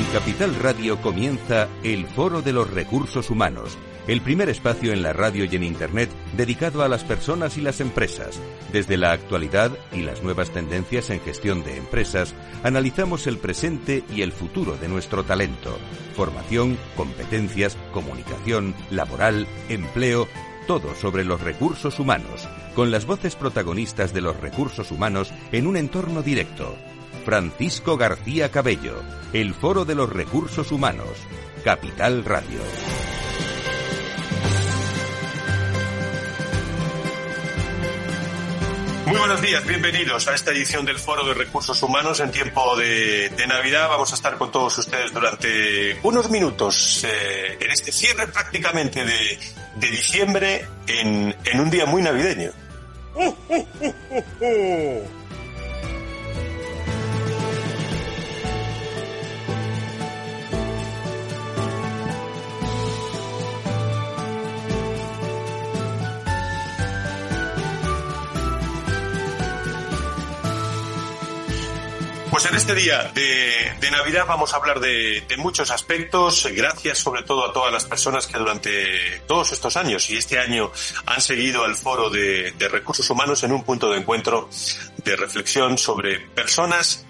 Capital Radio comienza el Foro de los Recursos Humanos, el primer espacio en la radio y en Internet dedicado a las personas y las empresas. Desde la actualidad y las nuevas tendencias en gestión de empresas, analizamos el presente y el futuro de nuestro talento. Formación, competencias, comunicación, laboral, empleo, todo sobre los recursos humanos, con las voces protagonistas de los recursos humanos en un entorno directo. Francisco García Cabello, el Foro de los Recursos Humanos, Capital Radio. Muy buenos días, bienvenidos a esta edición del Foro de Recursos Humanos en tiempo de Navidad. Vamos a estar con todos ustedes durante unos minutos en este cierre prácticamente de diciembre en un día muy navideño. Pues en este día de Navidad vamos a hablar de muchos aspectos, gracias sobre todo a todas las personas que durante todos estos años y este año han seguido el Foro de Recursos Humanos en un punto de encuentro de reflexión sobre personas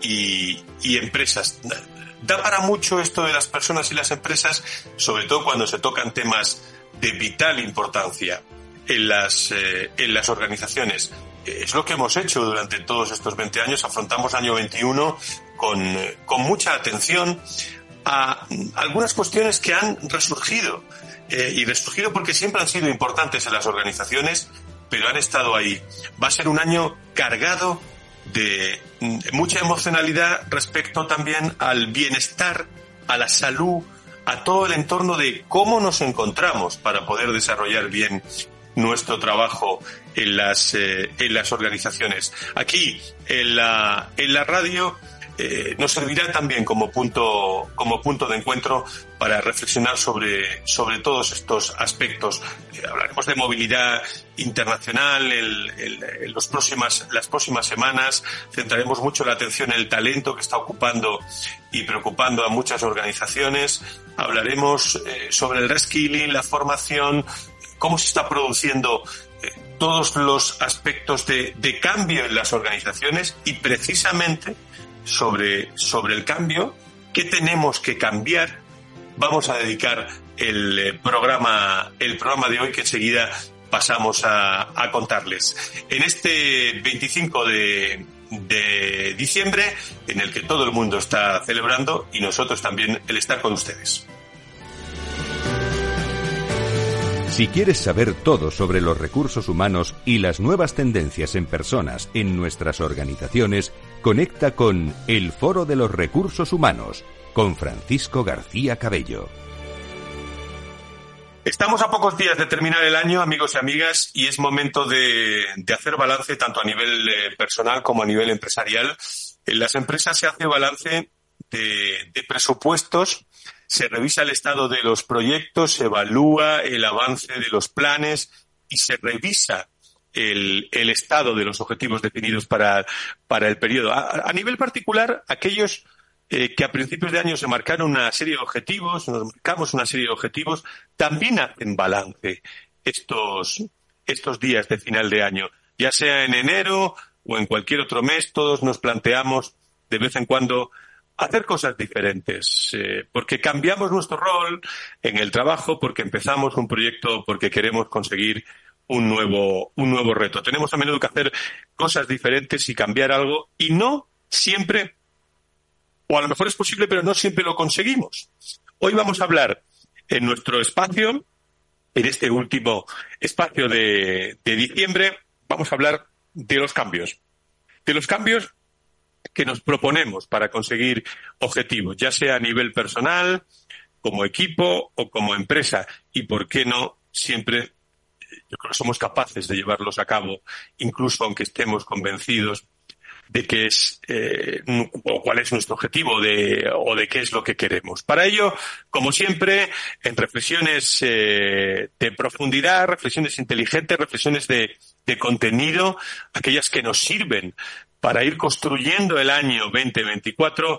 y empresas. Da para mucho esto de las personas y las empresas, sobre todo cuando se tocan temas de vital importancia en las organizaciones. Es lo que hemos hecho durante todos estos 20 años. Afrontamos año 21 con mucha atención a algunas cuestiones que han resurgido. Y resurgido porque siempre han sido importantes en las organizaciones, pero han estado ahí. Va a ser un año cargado de mucha emocionalidad respecto también al bienestar, a la salud, a todo el entorno de cómo nos encontramos para poder desarrollar bien nuestro trabajo en las organizaciones. Aquí en la radio nos servirá también como punto de encuentro para reflexionar sobre todos estos aspectos. Hablaremos de movilidad internacional en las próximas semanas. Centraremos mucho la atención en el talento que está ocupando y preocupando a muchas organizaciones. Hablaremos sobre el reskilling, la formación, cómo se está produciendo todos los aspectos de cambio en las organizaciones y precisamente sobre el cambio que tenemos que cambiar. Vamos a dedicar el programa de hoy que enseguida pasamos a contarles. En este 25 de diciembre, en el que todo el mundo está celebrando y nosotros también el estar con ustedes. Si quieres saber todo sobre los recursos humanos y las nuevas tendencias en personas en nuestras organizaciones, conecta con el Foro de los Recursos Humanos, con Francisco García Cabello. Estamos a pocos días de terminar el año, amigos y amigas, y es momento de hacer balance tanto a nivel personal como a nivel empresarial. En las empresas se hace balance de presupuestos. Se revisa el estado de los proyectos, se evalúa el avance de los planes y se revisa el estado de los objetivos definidos para el periodo. A nivel particular, aquellos que a principios de año se marcaron una serie de objetivos, nos marcamos una serie de objetivos, también hacen balance estos días de final de año. Ya sea en enero o en cualquier otro mes, todos nos planteamos de vez en cuando hacer cosas diferentes, porque cambiamos nuestro rol en el trabajo, porque empezamos un proyecto, porque queremos conseguir un nuevo reto. Tenemos a menudo que hacer cosas diferentes y cambiar algo, y no siempre, o a lo mejor es posible, pero no siempre lo conseguimos. Hoy vamos a hablar en nuestro espacio, en este último espacio de diciembre, vamos a hablar de los cambios que nos proponemos para conseguir objetivos, ya sea a nivel personal, como equipo o como empresa. Y por qué no, siempre yo creo que somos capaces de llevarlos a cabo, incluso aunque estemos convencidos de qué es o cuál es nuestro objetivo o de qué es lo que queremos. Para ello, como siempre, en reflexiones de profundidad, reflexiones inteligentes, reflexiones de contenido, aquellas que nos sirven para ir construyendo el año 2024,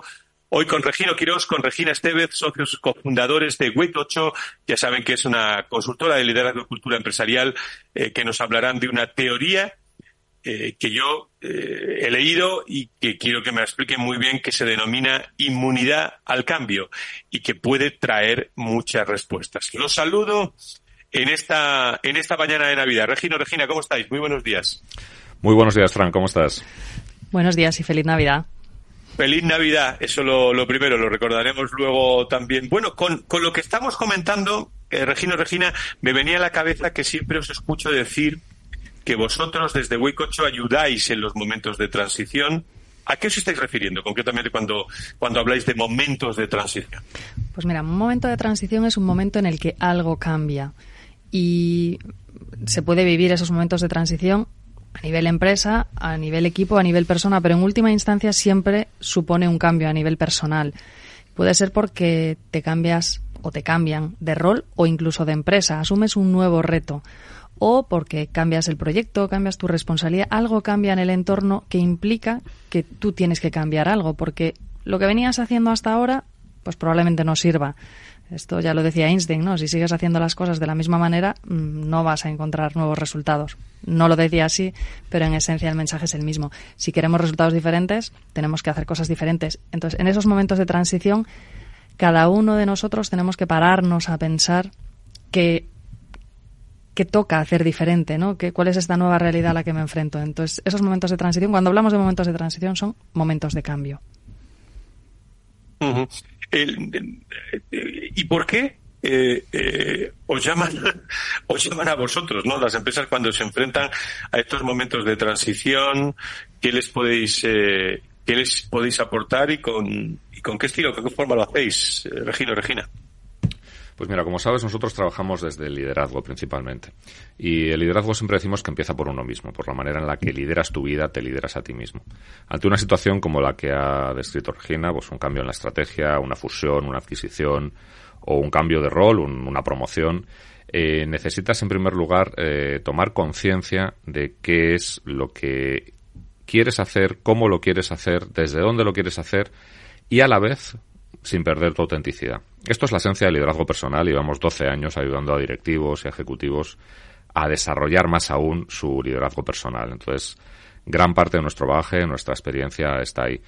Hoy con Regino Quirós, con Regina Estevez, socios cofundadores de Weight8. Ya saben que es una consultora de liderazgo y cultura empresarial que nos hablarán de una teoría que yo he leído y que quiero que me expliquen muy bien, que se denomina inmunidad al cambio y que puede traer muchas respuestas. Los saludo en esta mañana de Navidad. Regina, ¿cómo estáis? Muy buenos días. Muy buenos días, Fran, ¿cómo estás? Buenos días y feliz Navidad. Feliz Navidad, eso lo primero, lo recordaremos luego también. Bueno, con lo que estamos comentando, Regina, me venía a la cabeza que siempre os escucho decir que vosotros desde Weight8 ayudáis en los momentos de transición. ¿A qué os estáis refiriendo concretamente cuando habláis de momentos de transición? Pues mira, un momento de transición es un momento en el que algo cambia y se puede vivir esos momentos de transición a nivel empresa, a nivel equipo, a nivel persona, pero en última instancia siempre supone un cambio a nivel personal. Puede ser porque te cambias o te cambian de rol o incluso de empresa, asumes un nuevo reto, o porque cambias el proyecto, cambias tu responsabilidad, algo cambia en el entorno que implica que tú tienes que cambiar algo, porque lo que venías haciendo hasta ahora pues probablemente no sirva. Esto ya lo decía Einstein, ¿no? Si sigues haciendo las cosas de la misma manera, no vas a encontrar nuevos resultados. No lo decía así, pero en esencia el mensaje es el mismo. Si queremos resultados diferentes, tenemos que hacer cosas diferentes. Entonces, en esos momentos de transición, cada uno de nosotros tenemos que pararnos a pensar qué toca hacer diferente, ¿no? ¿Cuál es esta nueva realidad a la que me enfrento? Entonces, esos momentos de transición, cuando hablamos de momentos de transición, son momentos de cambio. Uh-huh. ¿Y por qué os llaman a vosotros, ¿no? Las empresas cuando se enfrentan a estos momentos de transición, ¿qué les podéis aportar y con qué estilo, con qué forma lo hacéis, Regina? Pues mira, como sabes, nosotros trabajamos desde el liderazgo principalmente. Y el liderazgo siempre decimos que empieza por uno mismo, por la manera en la que lideras tu vida, te lideras a ti mismo. Ante una situación como la que ha descrito Regina, pues un cambio en la estrategia, una fusión, una adquisición o un cambio de rol, una promoción, necesitas en primer lugar tomar conciencia de qué es lo que quieres hacer, cómo lo quieres hacer, desde dónde lo quieres hacer y a la vez sin perder tu autenticidad. Esto es la esencia del liderazgo personal. Llevamos 12 años ayudando a directivos y a ejecutivos a desarrollar más aún su liderazgo personal. Entonces, gran parte de nuestro bagaje, nuestra experiencia está ahí.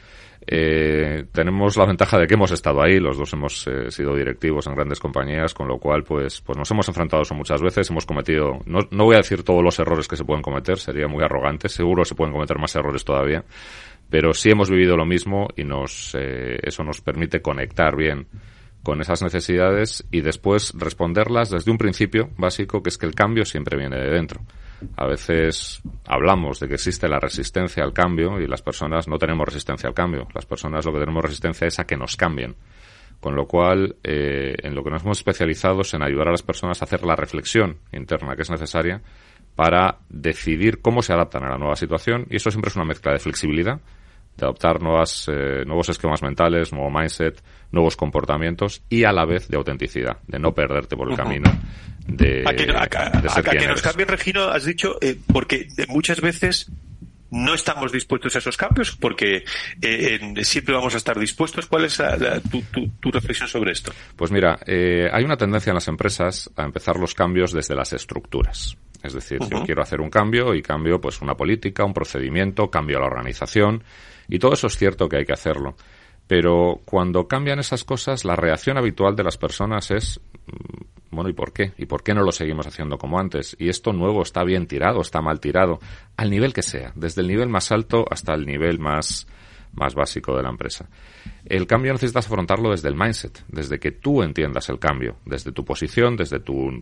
Tenemos la ventaja de que hemos estado ahí, los dos hemos sido directivos en grandes compañías, con lo cual pues nos hemos enfrentado a eso muchas veces, hemos cometido, no voy a decir todos los errores que se pueden cometer, sería muy arrogante, seguro se pueden cometer más errores todavía, pero sí hemos vivido lo mismo y eso nos permite conectar bien con esas necesidades y después responderlas desde un principio básico, que es que el cambio siempre viene de dentro. A veces hablamos de que existe la resistencia al cambio y las personas no tenemos resistencia al cambio. Las personas lo que tenemos resistencia es a que nos cambien. Con lo cual, en lo que nos hemos especializado es en ayudar a las personas a hacer la reflexión interna que es necesaria para decidir cómo se adaptan a la nueva situación, y eso siempre es una mezcla de flexibilidad, de adoptar nuevos esquemas mentales, nuevo mindset, nuevos comportamientos y a la vez de autenticidad, de no perderte por el camino de ser quien que nos eres. cambien, Regino, has dicho, porque muchas veces no estamos dispuestos a esos cambios, porque siempre vamos a estar dispuestos. ¿Cuál es tu reflexión sobre esto? Pues mira, hay una tendencia en las empresas a empezar los cambios desde las estructuras. Es decir, yo quiero hacer un cambio y cambio pues una política, un procedimiento, cambio a la organización, y todo eso es cierto que hay que hacerlo. Pero cuando cambian esas cosas, la reacción habitual de las personas es, bueno, ¿y por qué? ¿Y por qué no lo seguimos haciendo como antes? Y esto nuevo está bien tirado, está mal tirado, al nivel que sea, desde el nivel más alto hasta el nivel más básico de la empresa. El cambio necesitas afrontarlo desde el mindset, desde que tú entiendas el cambio, desde tu posición, desde tu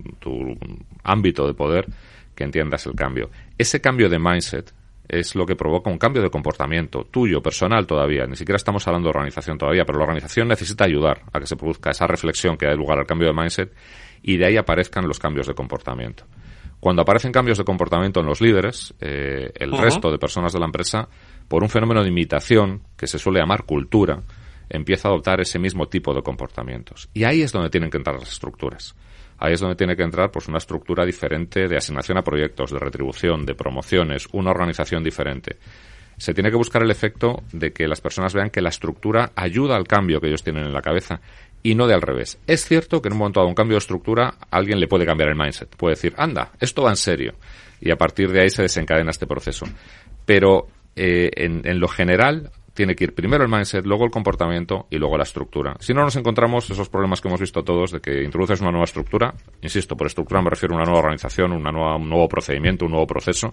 ámbito de poder, que entiendas el cambio. Ese cambio de mindset es lo que provoca un cambio de comportamiento tuyo, personal todavía. Ni siquiera estamos hablando de organización todavía, pero la organización necesita ayudar a que se produzca esa reflexión que da lugar al cambio de mindset y de ahí aparezcan los cambios de comportamiento. Cuando aparecen cambios de comportamiento en los líderes, el resto de personas de la empresa, por un fenómeno de imitación que se suele llamar cultura, empieza a adoptar ese mismo tipo de comportamientos. Y ahí es donde tienen que entrar las estructuras. Ahí es donde tiene que entrar pues una estructura diferente de asignación a proyectos, de retribución, de promociones, una organización diferente. se tiene que buscar el efecto de que las personas vean que la estructura ayuda al cambio que ellos tienen en la cabeza y no de al revés. Es cierto que en un momento dado un cambio de estructura alguien le puede cambiar el mindset, puede decir, anda, esto va en serio, y a partir de ahí se desencadena este proceso. Pero en lo general tiene que ir primero el mindset, luego el comportamiento y luego la estructura. Si no, nos encontramos esos problemas que hemos visto todos de que introduces una nueva estructura, insisto, por estructura me refiero a una nueva organización, un nuevo procedimiento, un nuevo proceso,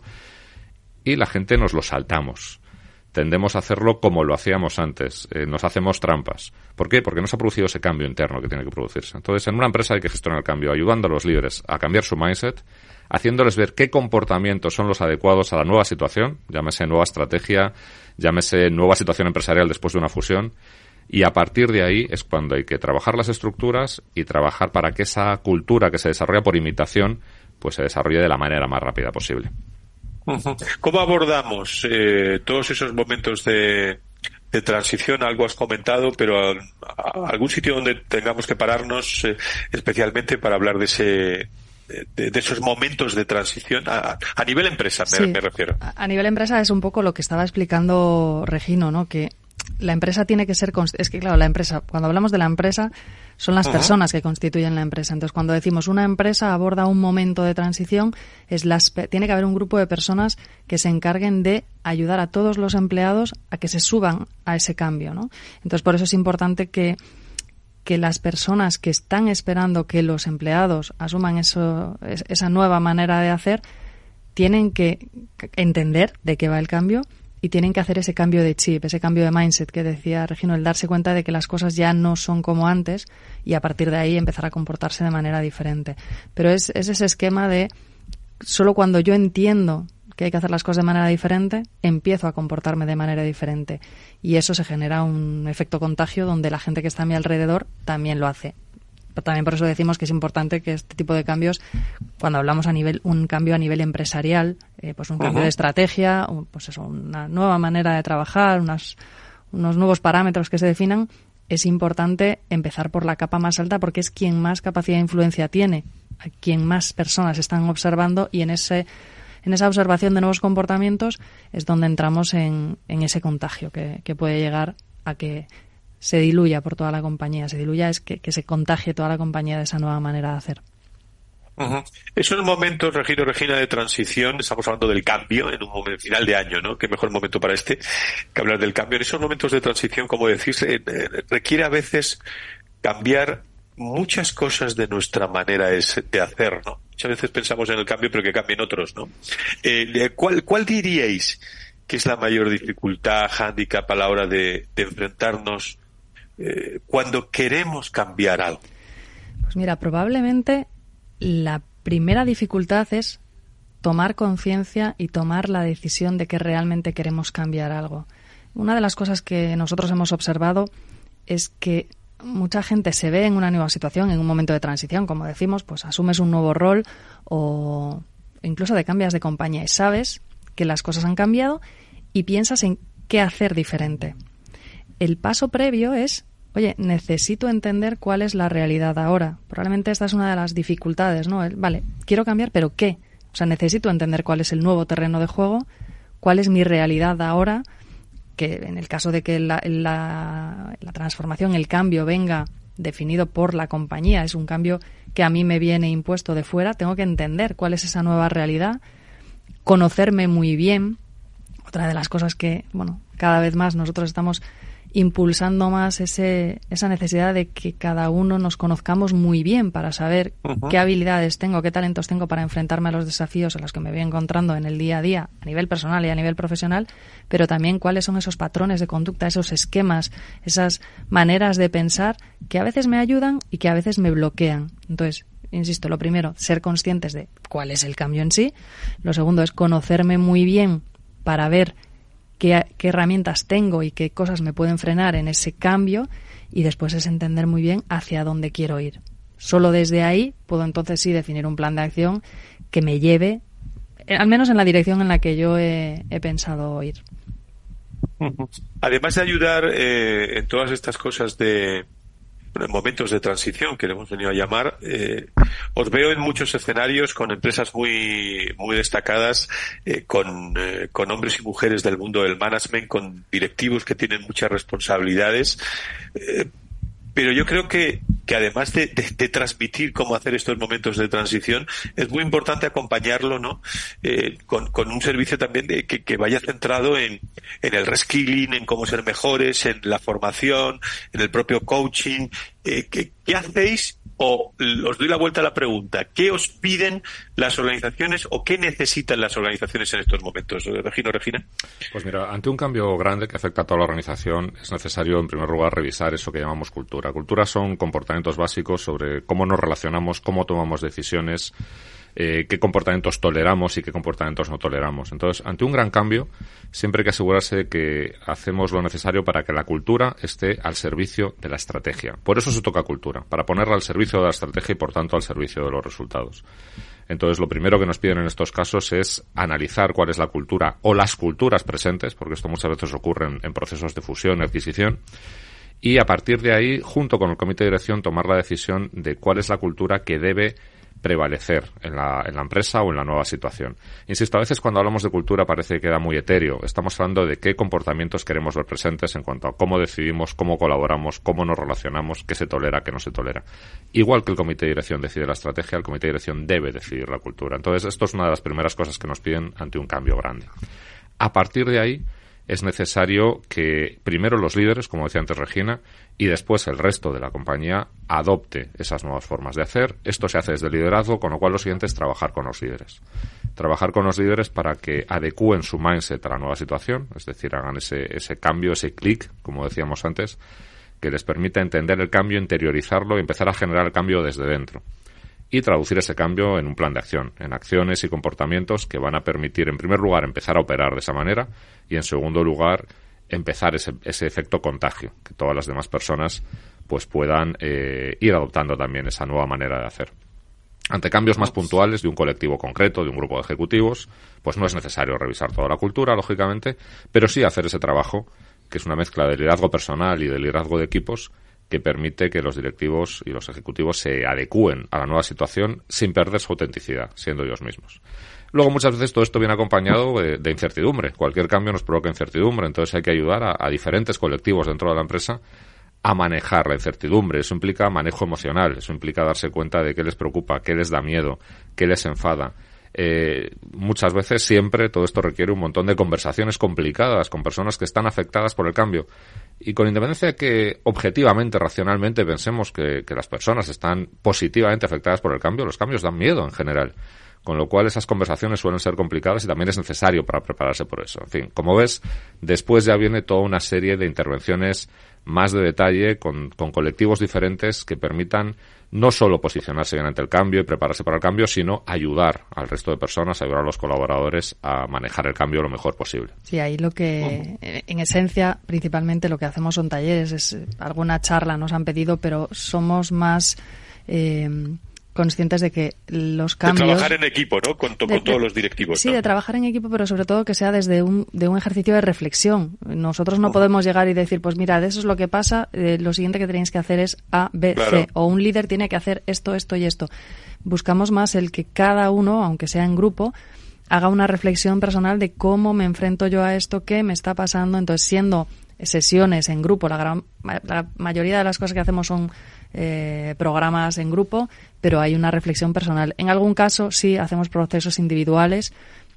y la gente nos lo saltamos. Tendemos a hacerlo como lo hacíamos antes, nos hacemos trampas. ¿Por qué? Porque no se ha producido ese cambio interno que tiene que producirse. Entonces, en una empresa hay que gestionar el cambio, ayudando a los líderes a cambiar su mindset, haciéndoles ver qué comportamientos son los adecuados a la nueva situación, llámese nueva estrategia, llámese nueva situación empresarial después de una fusión, y a partir de ahí es cuando hay que trabajar las estructuras y trabajar para que esa cultura que se desarrolla por imitación pues se desarrolle de la manera más rápida posible. ¿Cómo abordamos todos esos momentos de transición? Algo has comentado, pero algún sitio donde tengamos que pararnos especialmente para hablar de esos momentos de transición a nivel empresa, me refiero. A nivel empresa es un poco lo que estaba explicando Regino, ¿no? Que la empresa tiene que ser... Es que, claro, la empresa, cuando hablamos de la empresa, son las personas que constituyen la empresa. Entonces, cuando decimos una empresa aborda un momento de transición, tiene que haber un grupo de personas que se encarguen de ayudar a todos los empleados a que se suban a ese cambio, ¿no? Entonces, por eso es importante que las personas que están esperando que los empleados asuman esa nueva manera de hacer, tienen que entender de qué va el cambio y tienen que hacer ese cambio de chip, ese cambio de mindset que decía Regino, el darse cuenta de que las cosas ya no son como antes y a partir de ahí empezar a comportarse de manera diferente. Pero es ese esquema de solo cuando yo entiendo que hay que hacer las cosas de manera diferente, empiezo a comportarme de manera diferente. Y eso se genera un efecto contagio donde la gente que está a mi alrededor también lo hace. Pero también por eso decimos que es importante que este tipo de cambios, cuando hablamos un cambio a nivel empresarial, pues un cambio de estrategia, pues eso, una nueva manera de trabajar, unos nuevos parámetros que se definan, es importante empezar por la capa más alta porque es quien más capacidad de influencia tiene, a quien más personas están observando y en esa observación de nuevos comportamientos es donde entramos en ese contagio que puede llegar a que se diluya por toda la compañía. Se diluya es que se contagie toda la compañía de esa nueva manera de hacer. Esos momentos, Regina, de transición, estamos hablando del cambio en un momento final de año, ¿no? Qué mejor momento para que hablar del cambio. En esos momentos de transición, como decís, requiere a veces cambiar muchas cosas de nuestra manera de hacer, ¿no? Muchas veces pensamos en el cambio, pero que cambien otros, ¿no? ¿Cuál diríais que es la mayor dificultad, hándicap a la hora de enfrentarnos cuando queremos cambiar algo? Pues mira, probablemente la primera dificultad es tomar conciencia y tomar la decisión de que realmente queremos cambiar algo. Una de las cosas que nosotros hemos observado es que mucha gente se ve en una nueva situación, en un momento de transición, como decimos, pues asumes un nuevo rol o incluso cambias de compañía y sabes que las cosas han cambiado y piensas en qué hacer diferente. El paso previo es, oye, necesito entender cuál es la realidad ahora. Probablemente esta es una de las dificultades, ¿no? Vale, quiero cambiar, ¿pero qué? O sea, necesito entender cuál es el nuevo terreno de juego, cuál es mi realidad ahora, que en el caso de que la transformación, el cambio venga definido por la compañía, es un cambio que a mí me viene impuesto de fuera, tengo que entender cuál es esa nueva realidad, conocerme muy bien. Otra de las cosas que, bueno, cada vez más nosotros estamos impulsando más esa necesidad de que cada uno nos conozcamos muy bien para saber qué habilidades tengo, qué talentos tengo para enfrentarme a los desafíos a los que me voy encontrando en el día a día, a nivel personal y a nivel profesional, pero también cuáles son esos patrones de conducta, esos esquemas, esas maneras de pensar que a veces me ayudan y que a veces me bloquean. Entonces, insisto, lo primero, ser conscientes de cuál es el cambio en sí. Lo segundo es conocerme muy bien para ver qué herramientas tengo y qué cosas me pueden frenar en ese cambio, y después es entender muy bien hacia dónde quiero ir. Solo desde ahí puedo entonces sí definir un plan de acción que me lleve, al menos en la dirección en la que yo he pensado ir. Además de ayudar en todas estas cosas de momentos de transición que le hemos venido a llamar, os veo en muchos escenarios con empresas muy destacadas, con hombres y mujeres del mundo del management, con directivos que tienen muchas responsabilidades, pero yo creo que además de transmitir cómo hacer estos momentos de transición, es muy importante acompañarlo, ¿no? Con un servicio también que vaya centrado en el reskilling, en cómo ser mejores, en la formación, en el propio coaching. ¿Qué hacéis? O os doy la vuelta a la pregunta, ¿qué os piden las organizaciones o qué necesitan las organizaciones en estos momentos? Regina. Pues mira, ante un cambio grande que afecta a toda la organización, es necesario en primer lugar revisar eso que llamamos cultura. Cultura son comportamientos básicos sobre cómo nos relacionamos, cómo tomamos decisiones, qué comportamientos toleramos y qué comportamientos no toleramos. Entonces, ante un gran cambio, siempre hay que asegurarse de que hacemos lo necesario para que la cultura esté al servicio de la estrategia. Por eso se toca cultura, para ponerla al servicio de la estrategia y, por tanto, al servicio de los resultados. Entonces, lo primero que nos piden en estos casos es analizar cuál es la cultura o las culturas presentes, porque esto muchas veces ocurre en procesos de fusión y adquisición, y a partir de ahí, junto con el comité de dirección, tomar la decisión de cuál es la cultura que debe prevalecer en la empresa o en la nueva situación. Insisto, a veces cuando hablamos de cultura parece que queda muy etéreo. Estamos hablando de qué comportamientos queremos ver presentes en cuanto a cómo decidimos, cómo colaboramos, cómo nos relacionamos, qué se tolera, qué no se tolera. Igual que el comité de dirección decide la estrategia, el comité de dirección debe decidir la cultura. Entonces, esto es una de las primeras cosas que nos piden ante un cambio grande. A partir de ahí, es necesario que primero los líderes, como decía antes Regina, y después el resto de la compañía adopte esas nuevas formas de hacer. Esto se hace desde el liderazgo, con lo cual lo siguiente es trabajar con los líderes. Trabajar con los líderes para que adecúen su mindset a la nueva situación, es decir, hagan ese cambio, ese clic, como decíamos antes, que les permita entender el cambio, interiorizarlo y empezar a generar el cambio desde dentro. Y traducir ese cambio en un plan de acción, en acciones y comportamientos que van a permitir, en primer lugar, empezar a operar de esa manera y, en segundo lugar, empezar ese efecto contagio, que todas las demás personas pues puedan ir adoptando también esa nueva manera de hacer. Ante cambios más puntuales de un colectivo concreto, de un grupo de ejecutivos, pues no es necesario revisar toda la cultura, lógicamente, pero sí hacer ese trabajo, que es una mezcla de liderazgo personal y de liderazgo de equipos, que permite que los directivos y los ejecutivos se adecúen a la nueva situación sin perder su autenticidad, siendo ellos mismos. Luego, muchas veces todo esto viene acompañado de incertidumbre. Cualquier cambio nos provoca incertidumbre, entonces hay que ayudar a diferentes colectivos dentro de la empresa a manejar la incertidumbre. Eso implica manejo emocional, eso implica darse cuenta de qué les preocupa, qué les da miedo, qué les enfada. Muchas veces, siempre, todo esto requiere un montón de conversaciones complicadas con personas que están afectadas por el cambio. Y con independencia de que objetivamente, racionalmente pensemos que las personas están positivamente afectadas por el cambio, los cambios dan miedo en general. Con lo cual esas conversaciones suelen ser complicadas y también es necesario para prepararse por eso. En fin, como ves, después ya viene toda una serie de intervenciones más de detalle con colectivos diferentes que permitan no solo posicionarse bien ante el cambio y prepararse para el cambio, sino ayudar al resto de personas, ayudar a los colaboradores a manejar el cambio lo mejor posible. Sí, ahí lo que, en esencia, principalmente lo que hacemos son talleres, alguna charla nos han pedido, pero somos más conscientes de que los cambios... De trabajar en equipo, ¿no? Con todos los directivos. Sí, ¿no? de trabajar en equipo, pero sobre todo que sea desde un ejercicio de reflexión. Nosotros no podemos llegar y decir, pues mira, de eso es lo que pasa, lo siguiente que tenéis que hacer es A, B, claro. C, o un líder tiene que hacer esto, esto y esto. Buscamos más el que cada uno, aunque sea en grupo, haga una reflexión personal de cómo me enfrento yo a esto, qué me está pasando. Entonces, siendo sesiones en grupo, la mayoría de las cosas que hacemos son programas en grupo, pero hay una reflexión personal. En algún caso sí hacemos procesos individuales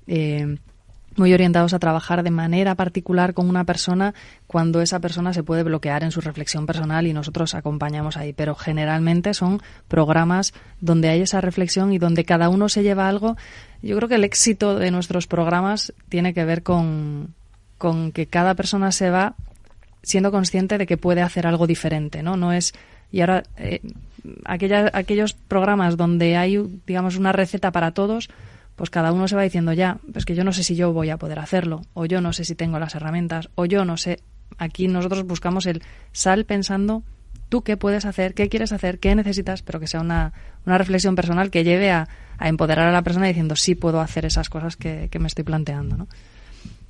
muy orientados a trabajar de manera particular con una persona cuando esa persona se puede bloquear en su reflexión personal y nosotros acompañamos ahí, pero generalmente son programas donde hay esa reflexión y donde cada uno se lleva algo. Yo creo que el éxito de nuestros programas tiene que ver con que cada persona se va siendo consciente de que puede hacer algo diferente, ¿no? No es... Y ahora, aquellos programas donde hay, digamos, una receta para todos, pues cada uno se va diciendo ya, pues que yo no sé si yo voy a poder hacerlo, o yo no sé si tengo las herramientas, o yo no sé. Aquí nosotros buscamos el sal pensando tú qué puedes hacer, qué quieres hacer, qué necesitas, pero que sea una reflexión personal que lleve a empoderar a la persona diciendo sí puedo hacer esas cosas que me estoy planteando, ¿no?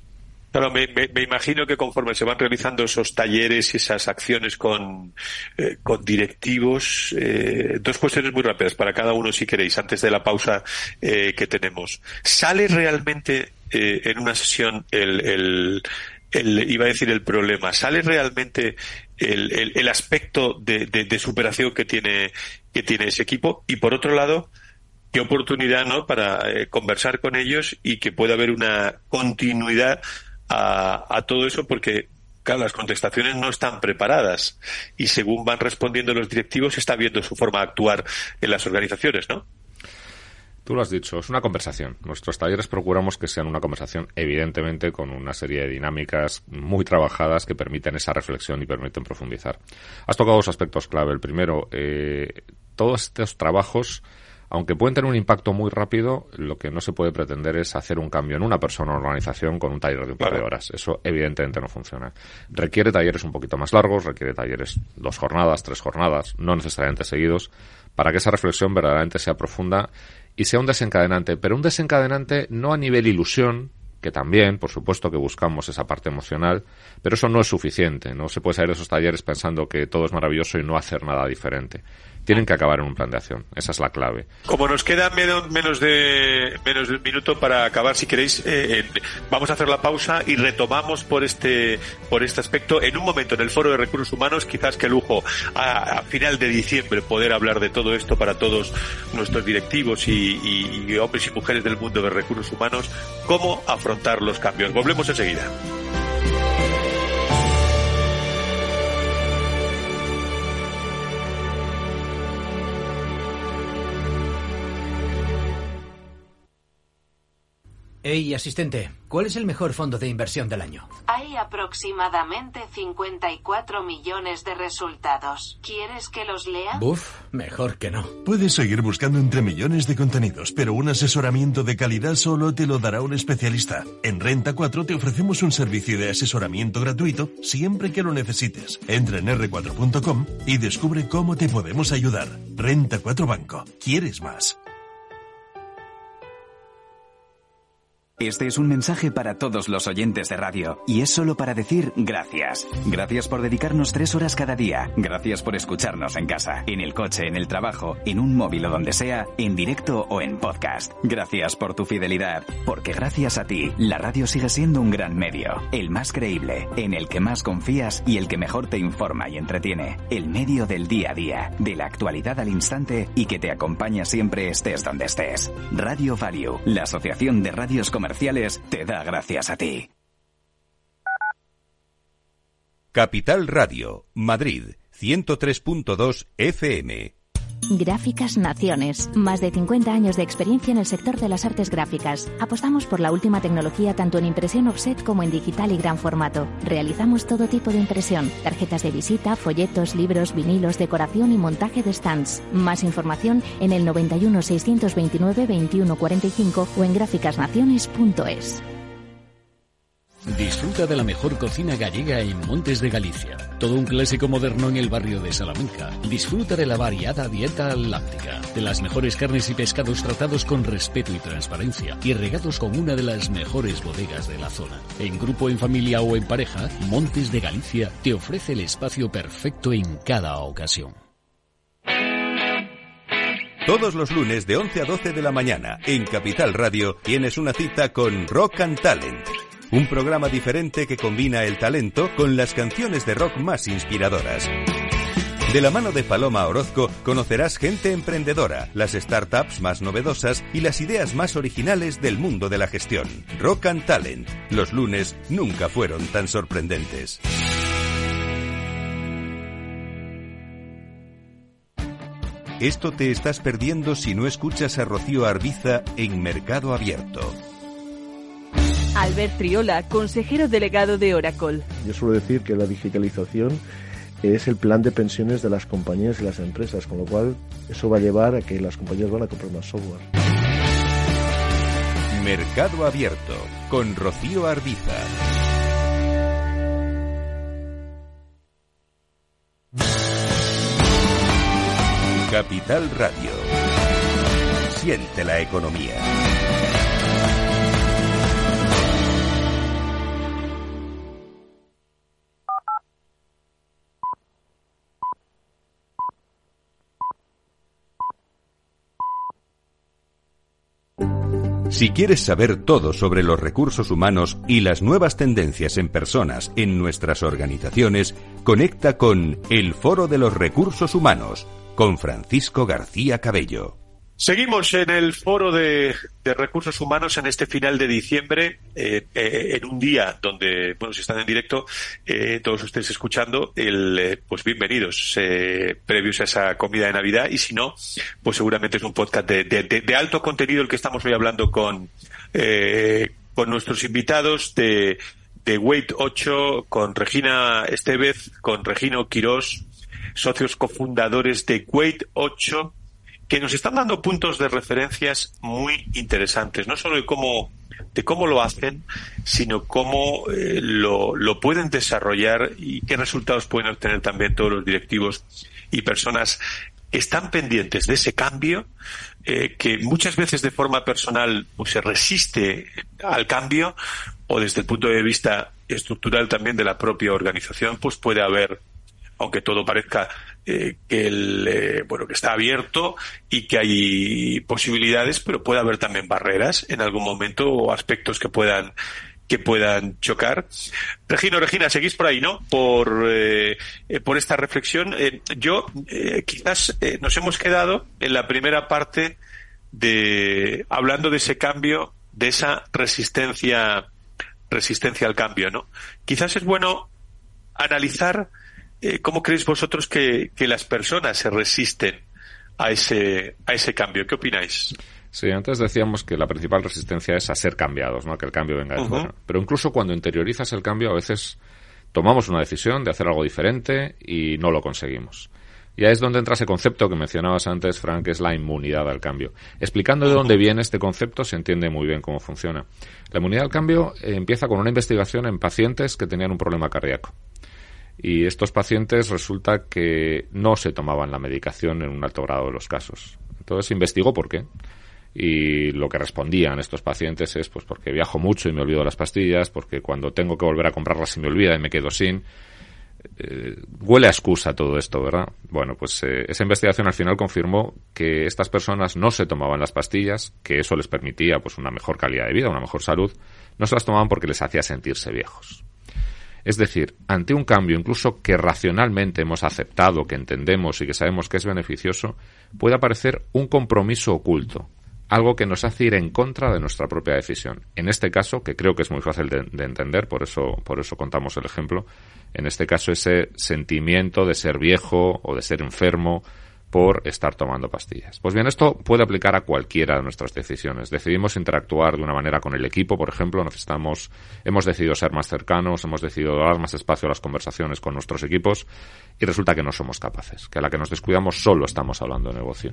Claro, me imagino que conforme se van realizando esos talleres y esas acciones con directivos, dos cuestiones muy rápidas para cada uno, si queréis, antes de la pausa que tenemos. ¿Sale realmente en una sesión iba a decir el problema, sale realmente el aspecto de superación que tiene ese equipo? Y por otro lado, qué oportunidad, ¿no?, para conversar con ellos y que pueda haber una continuidad a todo eso, porque claro, las contestaciones no están preparadas y según van respondiendo los directivos se está viendo su forma de actuar en las organizaciones, ¿no? Tú lo has dicho, es una conversación. Nuestros talleres procuramos que sean una conversación, evidentemente, con una serie de dinámicas muy trabajadas que permiten esa reflexión y permiten profundizar. Has tocado dos aspectos clave. El primero, todos estos trabajos, aunque pueden tener un impacto muy rápido, lo que no se puede pretender es hacer un cambio en una persona o organización con un taller de un par de horas. Eso evidentemente no funciona. Requiere talleres un poquito más largos, requiere talleres 2 jornadas, 3 jornadas, no necesariamente seguidos, para que esa reflexión verdaderamente sea profunda y sea un desencadenante. Pero un desencadenante no a nivel ilusión, que también, por supuesto que buscamos esa parte emocional, pero eso no es suficiente. No se puede salir de esos talleres pensando que todo es maravilloso y no hacer nada diferente. Tienen que acabar en un plan de acción. Esa es la clave. Como nos queda menos de un minuto para acabar, si queréis, vamos a hacer la pausa y retomamos por este aspecto en un momento en el Foro de Recursos Humanos. Quizás qué lujo a final de diciembre poder hablar de todo esto para todos nuestros directivos y hombres y mujeres del mundo de recursos humanos, cómo afrontar los cambios. Volvemos enseguida. Hey, asistente, ¿cuál es el mejor fondo de inversión del año? Hay aproximadamente 54 millones de resultados. ¿Quieres que los lea? Buf, mejor que no. Puedes seguir buscando entre millones de contenidos, pero un asesoramiento de calidad solo te lo dará un especialista. En Renta 4 te ofrecemos un servicio de asesoramiento gratuito siempre que lo necesites. Entra en r4.com y descubre cómo te podemos ayudar. Renta 4 Banco. ¿Quieres más? Este es un mensaje para todos los oyentes de radio y es solo para decir gracias. Gracias por dedicarnos 3 horas cada día. Gracias por escucharnos en casa, en el coche, en el trabajo, en un móvil o donde sea, en directo o en podcast. Gracias por tu fidelidad, porque gracias a ti, la radio sigue siendo un gran medio, el más creíble, en el que más confías y el que mejor te informa y entretiene. El medio del día a día, de la actualidad al instante y que te acompaña siempre estés donde estés. Radio Value, la Asociación de Radios Comerciales, te da gracias a ti. Capital Radio, Madrid, 103.2 FM. Gráficas Naciones. Más de 50 años de experiencia en el sector de las artes gráficas. Apostamos por la última tecnología tanto en impresión offset como en digital y gran formato. Realizamos todo tipo de impresión. Tarjetas de visita, folletos, libros, vinilos, decoración y montaje de stands. Más información en el 91 629 2145 o en gráficasnaciones.es. Disfruta de la mejor cocina gallega en Montes de Galicia. Todo un clásico moderno en el barrio de Salamanca. Disfruta de la variada dieta láctica, de las mejores carnes y pescados tratados con respeto y transparencia y regados con una de las mejores bodegas de la zona. En grupo, en familia o en pareja, Montes de Galicia te ofrece el espacio perfecto en cada ocasión. Todos los lunes de 11 a 12 de la mañana en Capital Radio tienes una cita con Rock and Talent. Un programa diferente que combina el talento con las canciones de rock más inspiradoras. De la mano de Paloma Orozco conocerás gente emprendedora, las startups más novedosas y las ideas más originales del mundo de la gestión. Rock and Talent. Los lunes nunca fueron tan sorprendentes. Esto te estás perdiendo si no escuchas a Rocío Arbiza en Mercado Abierto. Albert Triola, consejero delegado de Oracle. Yo suelo decir que la digitalización es el plan de pensiones de las compañías y las empresas, con lo cual eso va a llevar a que las compañías van a comprar más software. Mercado Abierto, con Rocío Arbiza. Capital Radio. Siente la economía. Si quieres saber todo sobre los recursos humanos y las nuevas tendencias en personas en nuestras organizaciones, conecta con El Foro de los Recursos Humanos con Francisco García Cabello. Seguimos en el Foro de Recursos Humanos en este final de diciembre, en un día donde, bueno, si están en directo, todos ustedes escuchando, pues bienvenidos, previos a esa comida de Navidad, y si no, pues seguramente es un podcast de alto contenido el que estamos hoy hablando con nuestros invitados de Weight 8, con Regina Estevez, con Regino Quirós, socios cofundadores de Weight 8, que nos están dando puntos de referencias muy interesantes, no solo de cómo lo hacen, sino cómo lo pueden desarrollar y qué resultados pueden obtener también todos los directivos y personas que están pendientes de ese cambio, que muchas veces de forma personal pues se resiste al cambio, o desde el punto de vista estructural también de la propia organización, pues puede haber, aunque todo parezca que está abierto y que hay posibilidades, pero puede haber también barreras en algún momento o aspectos que puedan chocar. Regina, seguís por ahí, ¿no? Por esta reflexión. Quizás nos hemos quedado en la primera parte hablando de ese cambio, de esa resistencia al cambio, ¿no? Quizás es bueno analizar ¿cómo creéis vosotros que las personas se resisten a ese cambio? ¿Qué opináis? Sí, antes decíamos que la principal resistencia es a ser cambiados, ¿no? Que el cambio venga de fuera. Pero incluso cuando interiorizas el cambio, a veces tomamos una decisión de hacer algo diferente y no lo conseguimos. Y ahí es donde entra ese concepto que mencionabas antes, Frank, que es la inmunidad al cambio. Explicando de dónde viene este concepto, se entiende muy bien cómo funciona. La inmunidad al cambio empieza con una investigación en pacientes que tenían un problema cardíaco. Y estos pacientes resulta que no se tomaban la medicación en un alto grado de los casos. Entonces se investigó por qué. Y lo que respondían estos pacientes es pues porque viajo mucho y me olvido las pastillas, porque cuando tengo que volver a comprarlas se me olvida y me quedo sin. Huele a excusa todo esto, ¿verdad? Bueno, pues esa investigación al final confirmó que estas personas no se tomaban las pastillas, que eso les permitía pues una mejor calidad de vida, una mejor salud. No se las tomaban porque les hacía sentirse viejos. Es decir, ante un cambio incluso que racionalmente hemos aceptado, que entendemos y que sabemos que es beneficioso, puede aparecer un compromiso oculto, algo que nos hace ir en contra de nuestra propia decisión. En este caso, que creo que es muy fácil de entender, por eso contamos el ejemplo, en este caso ese sentimiento de ser viejo o de ser enfermo por estar tomando pastillas. Pues bien, esto puede aplicar a cualquiera de nuestras decisiones. Decidimos interactuar de una manera con el equipo, por ejemplo, hemos decidido ser más cercanos, hemos decidido dar más espacio a las conversaciones con nuestros equipos y resulta que no somos capaces, que a la que nos descuidamos solo estamos hablando de negocio.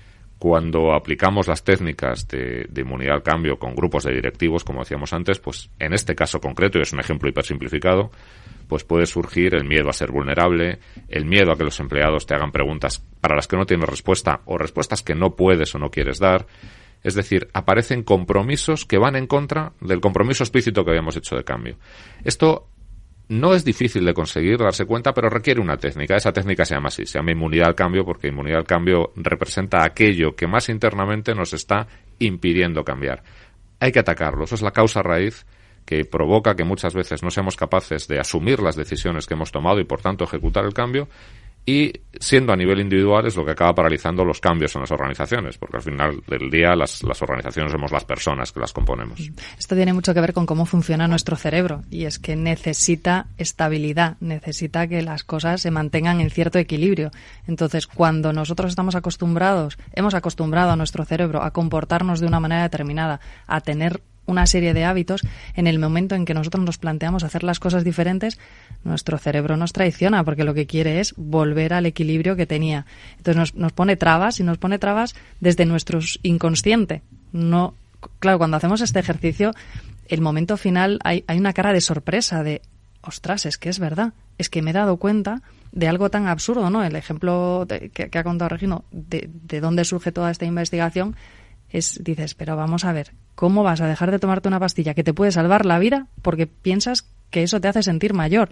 Cuando aplicamos las técnicas de inmunidad al cambio con grupos de directivos, como decíamos antes, pues en este caso concreto, y es un ejemplo hipersimplificado, pues puede surgir el miedo a ser vulnerable, el miedo a que los empleados te hagan preguntas para las que no tienes respuesta o respuestas que no puedes o no quieres dar. Es decir, aparecen compromisos que van en contra del compromiso explícito que habíamos hecho de cambio. Esto no es difícil de conseguir, darse cuenta, pero requiere una técnica. Esa técnica se llama así, se llama inmunidad al cambio, porque inmunidad al cambio representa aquello que más internamente nos está impidiendo cambiar. Hay que atacarlo, eso es la causa raíz que provoca que muchas veces no seamos capaces de asumir las decisiones que hemos tomado y por tanto ejecutar el cambio, y siendo a nivel individual es lo que acaba paralizando los cambios en las organizaciones, porque al final del día las organizaciones somos las personas que las componemos. Esto tiene mucho que ver con cómo funciona nuestro cerebro, y es que necesita estabilidad, necesita que las cosas se mantengan en cierto equilibrio. Entonces, cuando nosotros hemos acostumbrado a nuestro cerebro a comportarnos de una manera determinada, a tener una serie de hábitos, en el momento en que nosotros nos planteamos hacer las cosas diferentes, nuestro cerebro nos traiciona, porque lo que quiere es volver al equilibrio que tenía. Entonces nos pone trabas, y nos pone trabas desde nuestro inconsciente. No, claro, cuando hacemos este ejercicio, el momento final hay una cara de sorpresa, de ostras, es que es verdad, es que me he dado cuenta de algo tan absurdo, ¿no? El ejemplo que ha contado Regino, de dónde surge toda esta investigación, dices, pero vamos a ver, ¿cómo vas a dejar de tomarte una pastilla que te puede salvar la vida porque piensas que eso te hace sentir mayor?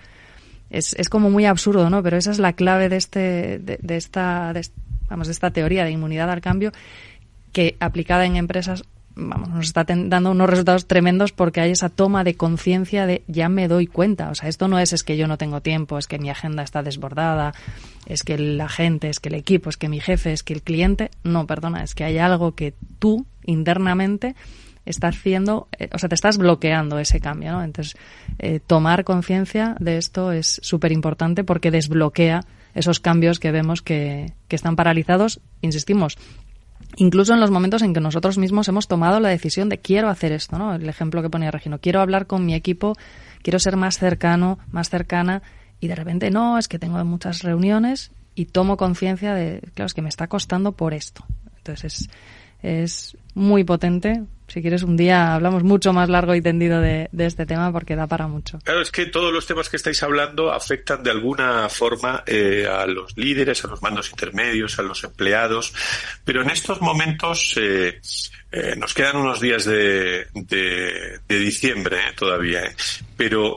Es como muy absurdo, ¿no? Pero esa es la clave de esta teoría de inmunidad al cambio, que aplicada en empresas nos está dando unos resultados tremendos porque hay esa toma de conciencia de ya me doy cuenta. O sea, esto no es que yo no tengo tiempo, es que mi agenda está desbordada, es que la gente, es que el equipo, es que mi jefe, es que el cliente. No, perdona, es que hay algo que tú internamente estás haciendo, o sea, te estás bloqueando ese cambio, ¿no? Entonces, tomar conciencia de esto es súper importante porque desbloquea esos cambios que vemos que están paralizados, insistimos, incluso en los momentos en que nosotros mismos hemos tomado la decisión de quiero hacer esto, ¿no? El ejemplo que ponía Regino, quiero hablar con mi equipo, quiero ser más cercano, más cercana, y de repente no, es que tengo muchas reuniones y tomo conciencia de, claro, es que me está costando por esto. Entonces es muy potente. Si quieres, un día hablamos mucho más largo y tendido de este tema porque da para mucho. Claro, es que todos los temas que estáis hablando afectan de alguna forma a los líderes, a los mandos intermedios, a los empleados, pero en estos momentos nos quedan unos días de diciembre todavía, pero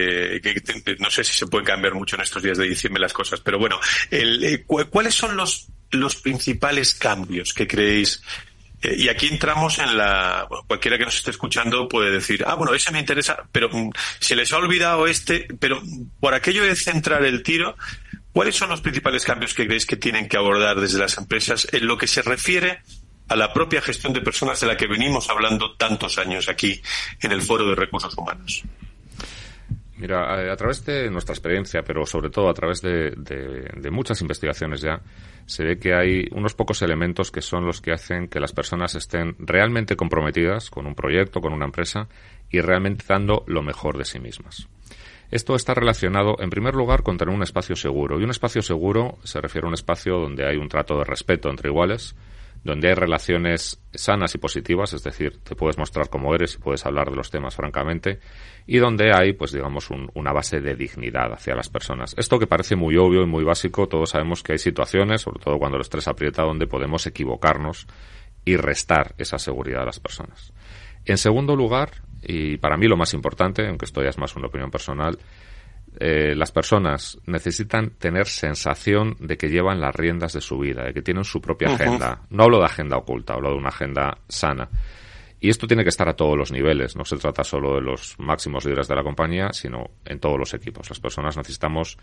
no sé si se pueden cambiar mucho en estos días de diciembre las cosas, pero bueno, ¿cuáles son los principales cambios que creéis? Y aquí entramos en cualquiera que nos esté escuchando puede decir, bueno, ese me interesa, pero se les ha olvidado pero por aquello de centrar el tiro, ¿cuáles son los principales cambios que creéis que tienen que abordar desde las empresas en lo que se refiere a la propia gestión de personas de la que venimos hablando tantos años aquí en el Foro de Recursos Humanos? Mira, a través de nuestra experiencia, pero sobre todo a través de muchas investigaciones ya, se ve que hay unos pocos elementos que son los que hacen que las personas estén realmente comprometidas con un proyecto, con una empresa y realmente dando lo mejor de sí mismas. Esto está relacionado, en primer lugar, con tener un espacio seguro. Y un espacio seguro se refiere a un espacio donde hay un trato de respeto entre iguales, donde hay relaciones sanas y positivas, es decir, te puedes mostrar cómo eres y puedes hablar de los temas francamente, y donde hay, pues digamos, una base de dignidad hacia las personas. Esto que parece muy obvio y muy básico, todos sabemos que hay situaciones, sobre todo cuando el estrés aprieta, donde podemos equivocarnos y restar esa seguridad a las personas. En segundo lugar, y para mí lo más importante, aunque esto ya es más una opinión personal, las personas necesitan tener sensación de que llevan las riendas de su vida, de que tienen su propia agenda. No hablo de agenda oculta, hablo de una agenda sana. Y esto tiene que estar a todos los niveles. No se trata solo de los máximos líderes de la compañía, sino en todos los equipos. Las personas necesitamos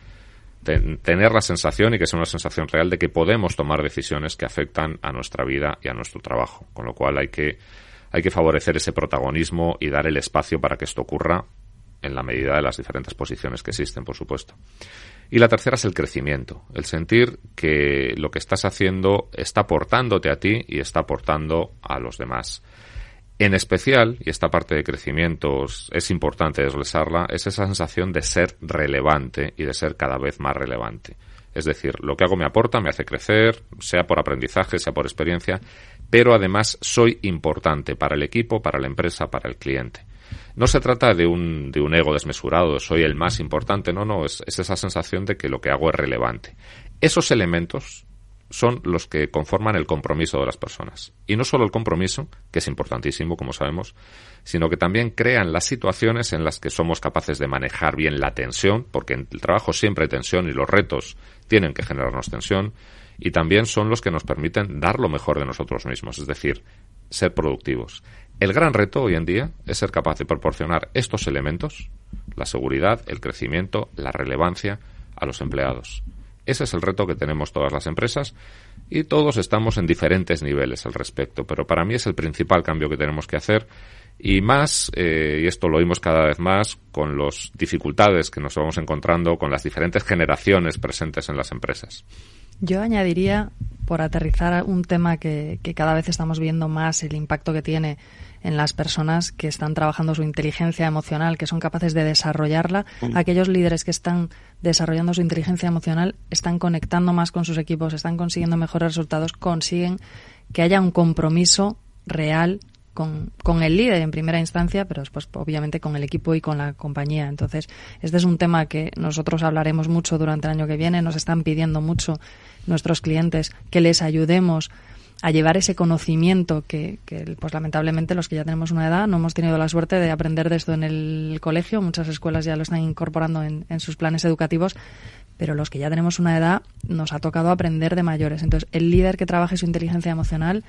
tener la sensación, y que sea una sensación real, de que podemos tomar decisiones que afectan a nuestra vida y a nuestro trabajo. Con lo cual hay que favorecer ese protagonismo y dar el espacio para que esto ocurra en la medida de las diferentes posiciones que existen, por supuesto. Y la tercera es el crecimiento, el sentir que lo que estás haciendo está aportándote a ti y está aportando a los demás. En especial, y esta parte de crecimiento es importante desglosarla, es esa sensación de ser relevante y de ser cada vez más relevante. Es decir, lo que hago me aporta, me hace crecer, sea por aprendizaje, sea por experiencia, pero además soy importante para el equipo, para la empresa, para el cliente. No se trata de un ego desmesurado, soy el más importante, no, es esa sensación de que lo que hago es relevante. Esos elementos son los que conforman el compromiso de las personas. Y no solo el compromiso, que es importantísimo, como sabemos, sino que también crean las situaciones en las que somos capaces de manejar bien la tensión, porque en el trabajo siempre hay tensión y los retos tienen que generarnos tensión, y también son los que nos permiten dar lo mejor de nosotros mismos, es decir, ser productivos. El gran reto hoy en día es ser capaz de proporcionar estos elementos, la seguridad, el crecimiento, la relevancia, a los empleados. Ese es el reto que tenemos todas las empresas y todos estamos en diferentes niveles al respecto, pero para mí es el principal cambio que tenemos que hacer y más, y esto lo oímos cada vez más, con las dificultades que nos vamos encontrando con las diferentes generaciones presentes en las empresas. Yo añadiría, por aterrizar un tema que cada vez estamos viendo más, el impacto que tiene en las personas que están trabajando su inteligencia emocional, que son capaces de desarrollarla. Aquellos líderes que están desarrollando su inteligencia emocional están conectando más con sus equipos, están consiguiendo mejores resultados, consiguen que haya un compromiso real con el líder en primera instancia, pero después obviamente con el equipo y con la compañía. Entonces, este es un tema que nosotros hablaremos mucho durante el año que viene. Nos están pidiendo mucho nuestros clientes que les ayudemos a llevar ese conocimiento que pues lamentablemente los que ya tenemos una edad no hemos tenido la suerte de aprender de esto en el colegio. Muchas escuelas ya lo están incorporando en sus planes educativos, pero los que ya tenemos una edad nos ha tocado aprender de mayores. Entonces, el líder que trabaje su inteligencia emocional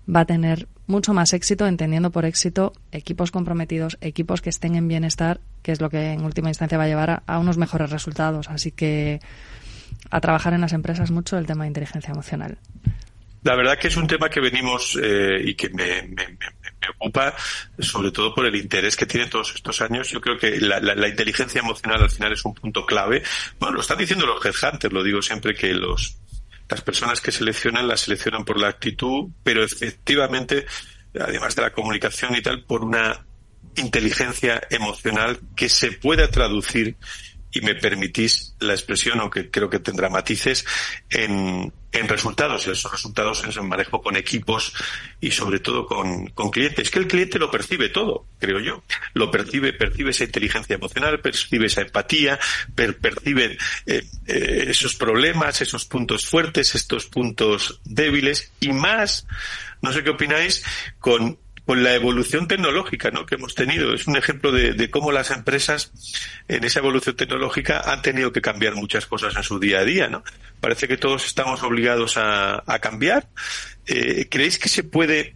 va a tener mucho más éxito, entendiendo por éxito equipos comprometidos, equipos que estén en bienestar, que es lo que en última instancia va a llevar a unos mejores resultados. Así que a trabajar en las empresas mucho el tema de inteligencia emocional. La verdad que es un tema que venimos y que me ocupa, sobre todo por el interés que tiene todos estos años. Yo creo que la inteligencia emocional al final es un punto clave. Bueno, lo están diciendo los headhunters, lo digo siempre, que las personas que seleccionan las seleccionan por la actitud, pero efectivamente, además de la comunicación y tal, por una inteligencia emocional que se pueda traducir, y me permitís la expresión, aunque creo que tendrá matices, en resultados. Y esos resultados es el manejo con equipos y sobre todo con clientes. Que el cliente lo percibe todo, creo yo. Lo percibe esa inteligencia emocional, percibe esa empatía, percibe esos problemas, esos puntos fuertes, estos puntos débiles, y más, no sé qué opináis, con la evolución tecnológica, ¿no?, que hemos tenido. Es un ejemplo de cómo las empresas en esa evolución tecnológica han tenido que cambiar muchas cosas en su día a día, ¿no? Parece que todos estamos obligados a cambiar. ¿Creéis que se puede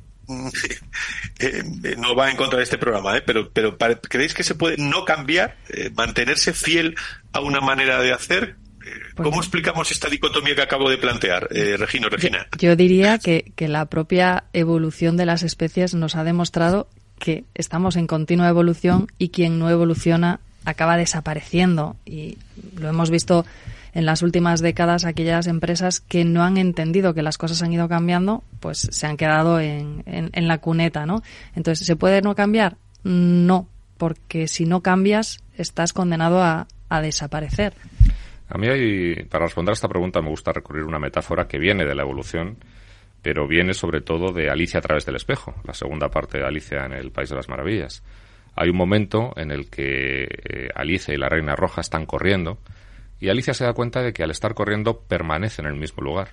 no va en contra de este programa, pero ¿creéis que se puede no cambiar, mantenerse fiel a una manera de hacer? ¿Cómo explicamos esta dicotomía que acabo de plantear, Regina? Yo diría que la propia evolución de las especies nos ha demostrado que estamos en continua evolución y quien no evoluciona acaba desapareciendo. Y lo hemos visto en las últimas décadas, aquellas empresas que no han entendido que las cosas han ido cambiando, pues se han quedado en la cuneta, ¿no? Entonces, ¿se puede no cambiar? No, porque si no cambias estás condenado a desaparecer. A mí, para responder a esta pregunta, me gusta recurrir a una metáfora que viene de la evolución, pero viene sobre todo de Alicia a través del espejo, la segunda parte de Alicia en el País de las Maravillas. Hay un momento en el que Alicia y la Reina Roja están corriendo y Alicia se da cuenta de que al estar corriendo permanece en el mismo lugar.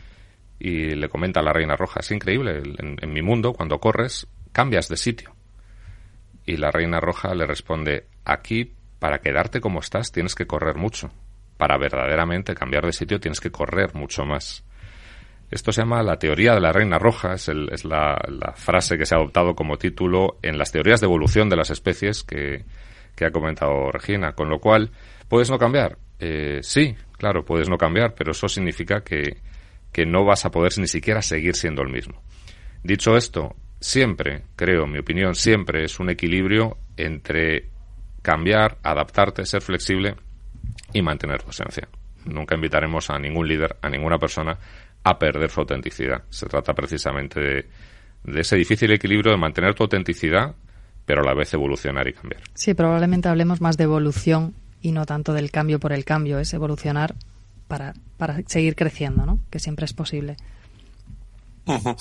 Y le comenta a la Reina Roja: es increíble, en mi mundo, cuando corres, cambias de sitio. Y la Reina Roja le responde: aquí, para quedarte como estás, tienes que correr mucho. Para verdaderamente cambiar de sitio tienes que correr mucho más. Esto se llama la teoría de la Reina Roja, es la frase que se ha adoptado como título en las teorías de evolución de las especies que ha comentado Regina. Con lo cual, ¿puedes no cambiar? Sí, claro, puedes no cambiar, pero eso significa que no vas a poder ni siquiera seguir siendo el mismo. Dicho esto, siempre, creo, en mi opinión, siempre es un equilibrio entre cambiar, adaptarte, ser flexible y mantener tu esencia. Nunca invitaremos a ningún líder, a ninguna persona, a perder su autenticidad. Se trata precisamente de ese difícil equilibrio de mantener tu autenticidad, pero a la vez evolucionar y cambiar. Sí, probablemente hablemos más de evolución y no tanto del cambio por el cambio. Es evolucionar para seguir creciendo, ¿no? Que siempre es posible. Uh-huh.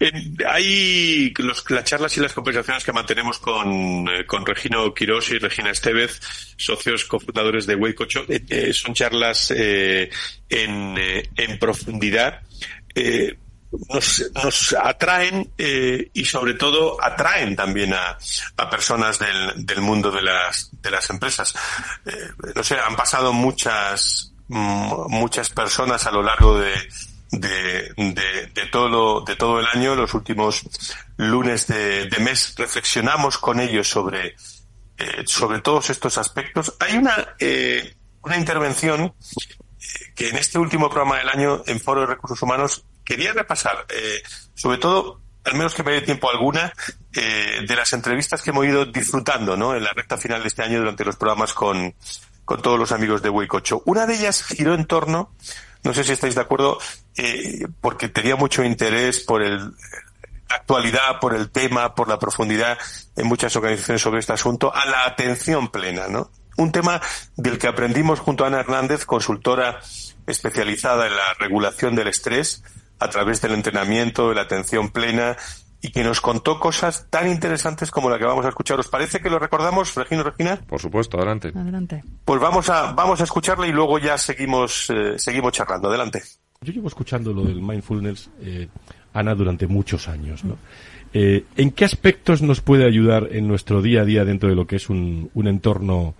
Hay las charlas y las conversaciones que mantenemos con Regino Quirós y Regina Estevez, socios cofundadores de Weight8. Son charlas en profundidad. Nos atraen y sobre todo atraen también a personas del mundo de las empresas. No sé, han pasado muchas personas a lo largo de todo el año. Los últimos lunes de mes reflexionamos con ellos sobre todos estos aspectos. Hay una intervención que en este último programa del año en Foro de Recursos Humanos quería repasar, sobre todo, al menos que me dé tiempo alguna, de las entrevistas que hemos ido disfrutando, ¿no?, en la recta final de este año durante los programas con todos los amigos de Weight8. Una de ellas giró en torno, no sé si estáis de acuerdo, porque tenía mucho interés por la actualidad, por el tema, por la profundidad en muchas organizaciones sobre este asunto, a la atención plena, ¿no? Un tema del que aprendimos junto a Ana Hernández, consultora especializada en la regulación del estrés a través del entrenamiento, de la atención plena, y que nos contó cosas tan interesantes como la que vamos a escuchar. ¿Os parece que lo recordamos, Regina? Por supuesto, adelante. Adelante. Pues vamos a escucharla y luego ya seguimos charlando. Adelante. Yo llevo escuchando lo del mindfulness, Ana, durante muchos años, ¿no? ¿En qué aspectos nos puede ayudar en nuestro día a día dentro de lo que es un entorno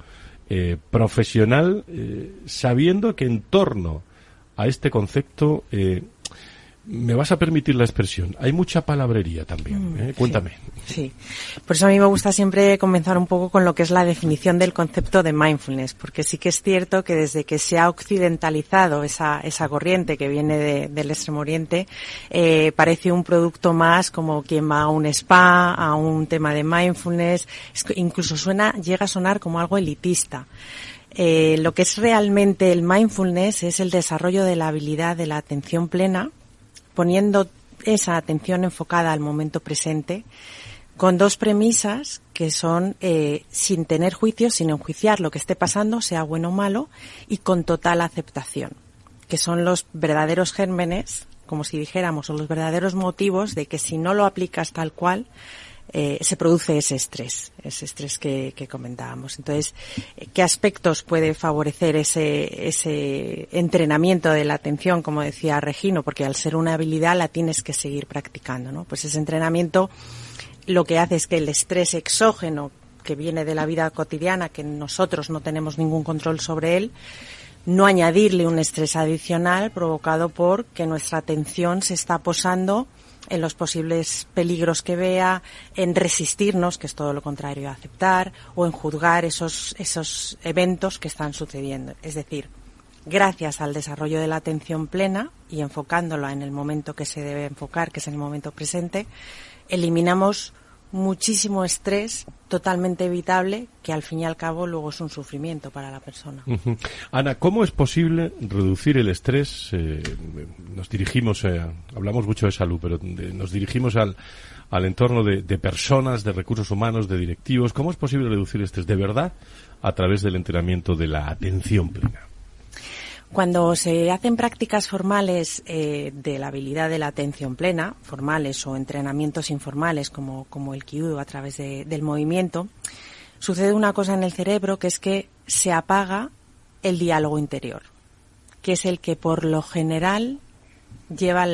profesional, sabiendo que en torno a este concepto me vas a permitir la expresión, hay mucha palabrería también, Cuéntame. Sí, por eso a mí me gusta siempre comenzar un poco con lo que es la definición del concepto de mindfulness, porque sí que es cierto que desde que se ha occidentalizado esa corriente que viene del Extremo Oriente, parece un producto más como quien va a un spa, a un tema de mindfulness, incluso llega a sonar como algo elitista. Lo que es realmente el mindfulness es el desarrollo de la habilidad de la atención plena, poniendo esa atención enfocada al momento presente, con dos premisas que son sin tener juicios, sin enjuiciar lo que esté pasando, sea bueno o malo, y con total aceptación, que son los verdaderos gérmenes, como si dijéramos, o los verdaderos motivos de que si no lo aplicas tal cual, se produce ese estrés que comentábamos. Entonces, ¿qué aspectos puede favorecer ese entrenamiento de la atención, como decía Regino? Porque al ser una habilidad la tienes que seguir practicando, ¿no? Pues ese entrenamiento lo que hace es que el estrés exógeno que viene de la vida cotidiana, que nosotros no tenemos ningún control sobre él, no añadirle un estrés adicional provocado por que nuestra atención se está posando en los posibles peligros que vea, en resistirnos, que es todo lo contrario a aceptar, o en juzgar esos eventos que están sucediendo. Es decir, gracias al desarrollo de la atención plena y enfocándola en el momento que se debe enfocar, que es en el momento presente, eliminamos muchísimo estrés totalmente evitable, que al fin y al cabo luego es un sufrimiento para la persona. Uh-huh. Ana, ¿cómo es posible reducir el estrés? Nos dirigimos, hablamos mucho de salud, pero nos dirigimos al entorno de personas, de recursos humanos, de directivos. ¿Cómo es posible reducir el estrés de verdad a través del entrenamiento de la atención plena? Cuando se hacen prácticas formales de la habilidad de la atención plena, formales o entrenamientos informales como el Kyudo a través del movimiento, sucede una cosa en el cerebro, que es que se apaga el diálogo interior, que es el que por lo general lleva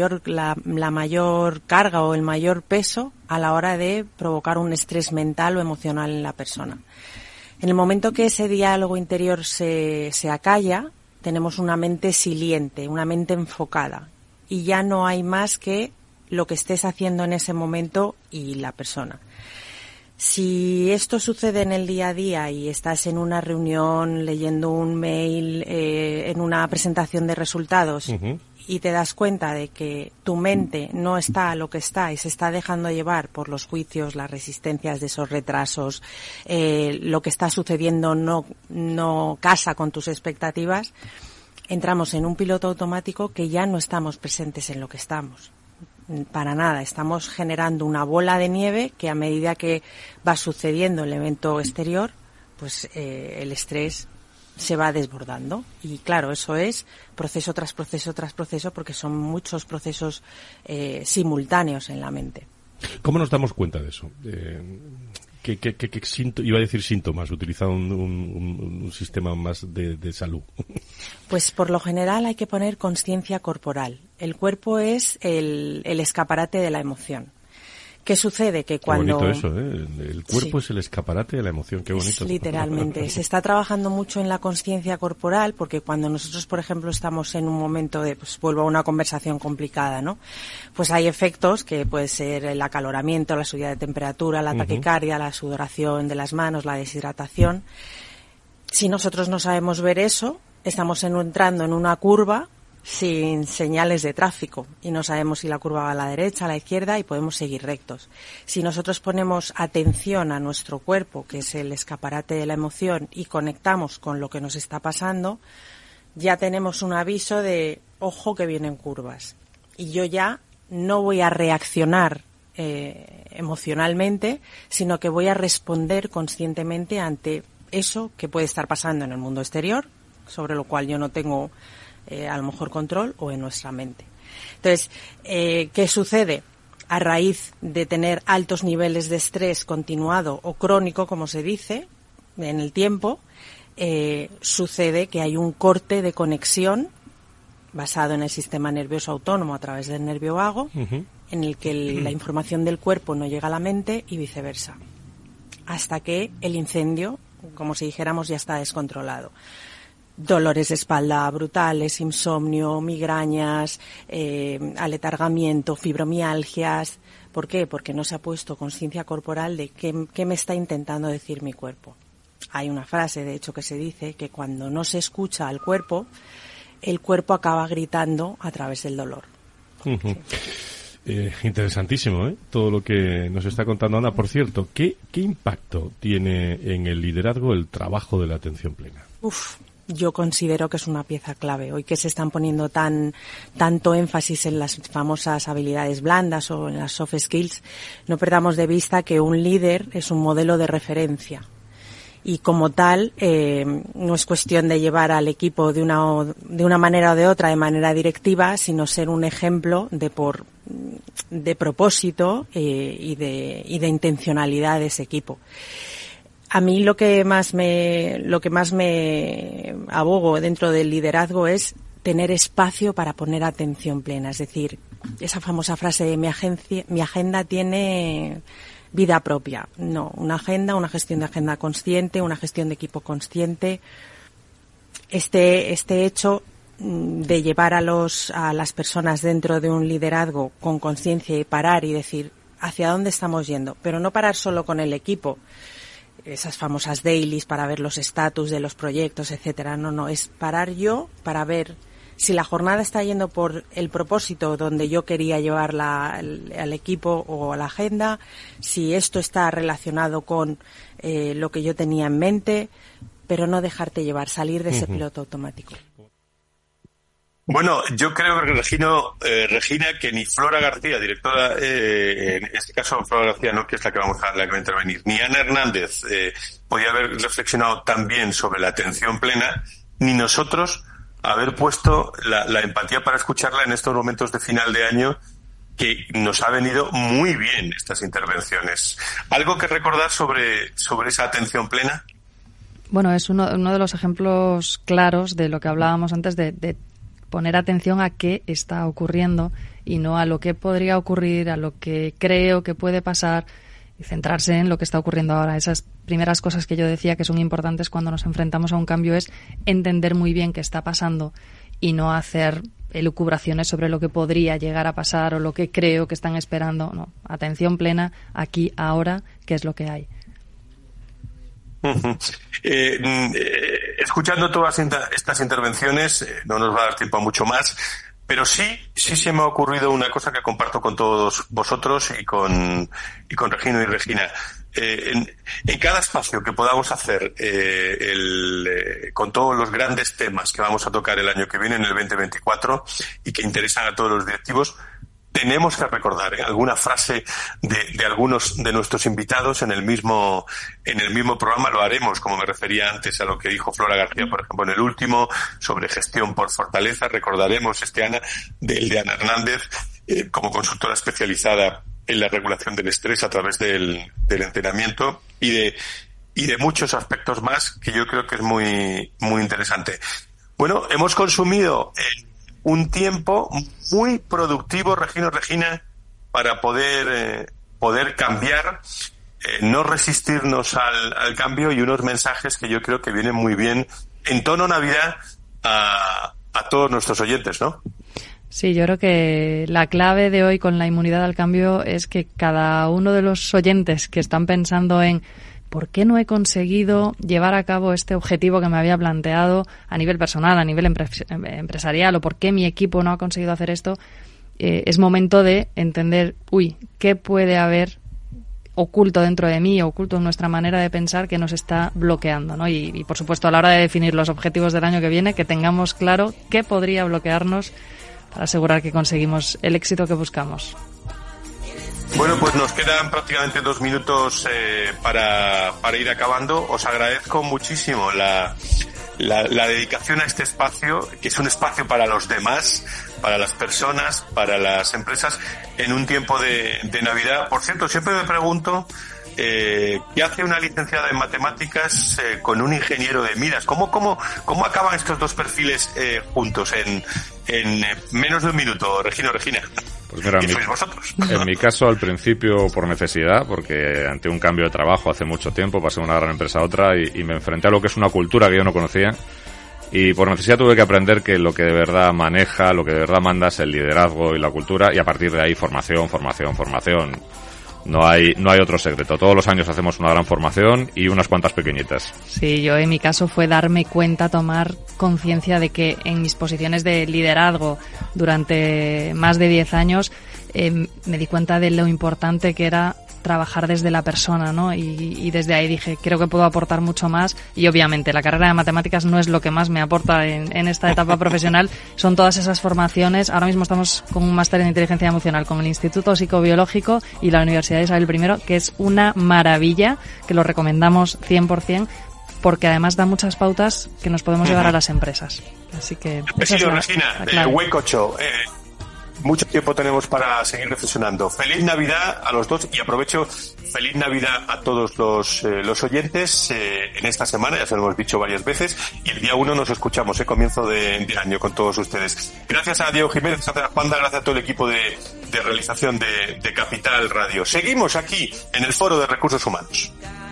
la mayor carga o el mayor peso a la hora de provocar un estrés mental o emocional en la persona. En el momento que ese diálogo interior se acalla, tenemos una mente siliente, una mente enfocada, y ya no hay más que lo que estés haciendo en ese momento y la persona. Si esto sucede en el día a día y estás en una reunión, leyendo un mail, en una presentación de resultados, uh-huh, y te das cuenta de que tu mente no está a lo que está y se está dejando llevar por los juicios, las resistencias de esos retrasos, lo que está sucediendo no casa con tus expectativas, entramos en un piloto automático que ya no estamos presentes en lo que estamos. Para nada, estamos generando una bola de nieve que a medida que va sucediendo el evento exterior, pues el estrés se va desbordando. Y claro, eso es proceso tras proceso tras proceso, porque son muchos procesos simultáneos en la mente. ¿Cómo nos damos cuenta de eso? ¿Qué iba a decir síntomas, utilizando un sistema más de salud? Pues por lo general hay que poner conciencia corporal. El cuerpo es el escaparate de la emoción. ¿Qué sucede? Que cuando... Qué bonito eso, ¿eh? El cuerpo, sí, es el escaparate de la emoción, qué bonito. Literalmente. Se está trabajando mucho en la conciencia corporal, porque cuando nosotros, por ejemplo, estamos en un momento de, pues vuelvo a una conversación complicada, ¿no? Pues hay efectos que puede ser el acaloramiento, la subida de temperatura, la taquicardia, la sudoración de las manos, la deshidratación. Si nosotros no sabemos ver eso, estamos entrando en una curva sin señales de tráfico y no sabemos si la curva va a la derecha, a la izquierda, y podemos seguir rectos. Si nosotros ponemos atención a nuestro cuerpo, que es el escaparate de la emoción, y conectamos con lo que nos está pasando, ya tenemos un aviso de ojo que vienen curvas. Y yo ya no voy a reaccionar emocionalmente, sino que voy a responder conscientemente ante eso que puede estar pasando en el mundo exterior, sobre lo cual yo no tengo a lo mejor control, o en nuestra mente. Entonces, ¿qué sucede? A raíz de tener altos niveles de estrés continuado o crónico, como se dice, en el tiempo, sucede que hay un corte de conexión basado en el sistema nervioso autónomo a través del nervio vago, en el que la información del cuerpo no llega a la mente y viceversa, hasta que el incendio, como si dijéramos, ya está descontrolado. dolores de espalda brutales, insomnio, migrañas, aletargamiento, fibromialgias. ¿Por qué? Porque no se ha puesto conciencia corporal de qué me está intentando decir mi cuerpo. Hay una frase, de hecho, que se dice que cuando no se escucha al cuerpo, el cuerpo acaba gritando a través del dolor. Uh-huh. Interesantísimo, todo lo que nos está contando Ana. Por cierto, ¿qué impacto tiene en el liderazgo el trabajo de la atención plena? Yo considero que es una pieza clave. Hoy que se están poniendo tanto énfasis en las famosas habilidades blandas o en las soft skills, no perdamos de vista que un líder es un modelo de referencia. Y como tal, no es cuestión de llevar al equipo de una manera o de otra, de manera directiva, sino ser un ejemplo de propósito y de intencionalidad de ese equipo. A mí lo que más me abogo dentro del liderazgo es tener espacio para poner atención plena. Es decir, esa famosa frase de mi agenda tiene vida propia. No, una gestión de agenda consciente, una gestión de equipo consciente. Este hecho de llevar a las personas dentro de un liderazgo con conciencia y parar y decir hacia dónde estamos yendo, pero no parar solo con el equipo, esas famosas dailies para ver los estatus de los proyectos, etcétera. No, es parar yo para ver si la jornada está yendo por el propósito donde yo quería llevarla al equipo o a la agenda, si esto está relacionado con lo que yo tenía en mente, pero no dejarte llevar, salir de ese piloto automático. Bueno, yo creo que Regina, que ni Flora García, directora, en este caso Flora García no, que es la que va a intervenir, ni Ana Hernández podía haber reflexionado tan bien sobre la atención plena, ni nosotros haber puesto la empatía para escucharla en estos momentos de final de año, que nos ha venido muy bien estas intervenciones. ¿Algo que recordar sobre esa atención plena? Bueno, es uno de los ejemplos claros de lo que hablábamos antes de poner atención a qué está ocurriendo y no a lo que podría ocurrir, a lo que creo que puede pasar, y centrarse en lo que está ocurriendo ahora. Esas primeras cosas que yo decía que son importantes cuando nos enfrentamos a un cambio es entender muy bien qué está pasando y no hacer elucubraciones sobre lo que podría llegar a pasar o lo que creo que están esperando. No, atención plena aquí, ahora, qué es lo que hay. Escuchando todas estas intervenciones, no nos va a dar tiempo a mucho más, pero sí se me ha ocurrido una cosa que comparto con todos vosotros y con Regino y Regina. En cada espacio que podamos hacer con todos los grandes temas que vamos a tocar el año que viene, en el 2024, y que interesan a todos los directivos, tenemos que recordar alguna frase de algunos de nuestros invitados en el mismo programa. Lo haremos, como me refería antes a lo que dijo Flora García, por ejemplo, en el último, sobre gestión por fortaleza. Recordaremos de Ana Hernández, como consultora especializada en la regulación del estrés a través del entrenamiento y de muchos aspectos más, que yo creo que es muy, muy interesante. Bueno, hemos consumido un tiempo muy productivo, Regina, para poder cambiar, no resistirnos al cambio, y unos mensajes que yo creo que vienen muy bien en tono Navidad a todos nuestros oyentes, ¿no? Sí, yo creo que la clave de hoy con la inmunidad al cambio es que cada uno de los oyentes que están pensando en ¿por qué no he conseguido llevar a cabo este objetivo que me había planteado a nivel personal, a nivel empresarial, o por qué mi equipo no ha conseguido hacer esto? Es momento de entender, ¿qué puede haber oculto dentro de mí, oculto en nuestra manera de pensar que nos está bloqueando, ¿no? Y por supuesto, a la hora de definir los objetivos del año que viene, que tengamos claro qué podría bloquearnos para asegurar que conseguimos el éxito que buscamos. Bueno, pues nos quedan prácticamente 2 minutos para ir acabando. Os agradezco muchísimo la dedicación a este espacio, que es un espacio para los demás, para las personas, para las empresas, en un tiempo de Navidad. Por cierto, siempre me pregunto ¿qué hace una licenciada en matemáticas con un ingeniero de minas? ¿Cómo acaban estos dos perfiles juntos en menos de un minuto, Regina? Pues mira, sois vosotros. En mi caso, al principio por necesidad, porque ante un cambio de trabajo hace mucho tiempo, pasé de una gran empresa a otra y me enfrenté a lo que es una cultura que yo no conocía, Y por necesidad tuve que aprender que lo que de verdad maneja, lo que de verdad manda es el liderazgo y la cultura, y a partir de ahí formación. No hay otro secreto. Todos los años hacemos una gran formación y unas cuantas pequeñitas. Sí, yo en mi caso fue darme cuenta, tomar conciencia de que en mis posiciones de liderazgo durante más de 10 años me di cuenta de lo importante que era trabajar desde la persona, ¿no? Y desde ahí dije, creo que puedo aportar mucho más, y obviamente la carrera de matemáticas no es lo que más me aporta en esta etapa profesional, son todas esas formaciones. Ahora mismo estamos con un máster en inteligencia emocional con el Instituto Psicobiológico y la Universidad de Isabel I, que es una maravilla, que lo recomendamos 100%, porque además da muchas pautas que nos podemos llevar a las empresas. Así que... Regina, de Huecocho. Mucho tiempo tenemos para seguir reflexionando. Feliz Navidad a los dos, y aprovecho, feliz Navidad a todos los oyentes en esta semana, ya se lo hemos dicho varias veces, y el día 1 nos escuchamos, comienzo de año con todos ustedes. Gracias a Diego Jiménez, gracias a Juanda, gracias a todo el equipo de realización de Capital Radio. Seguimos aquí en el Foro de Recursos Humanos.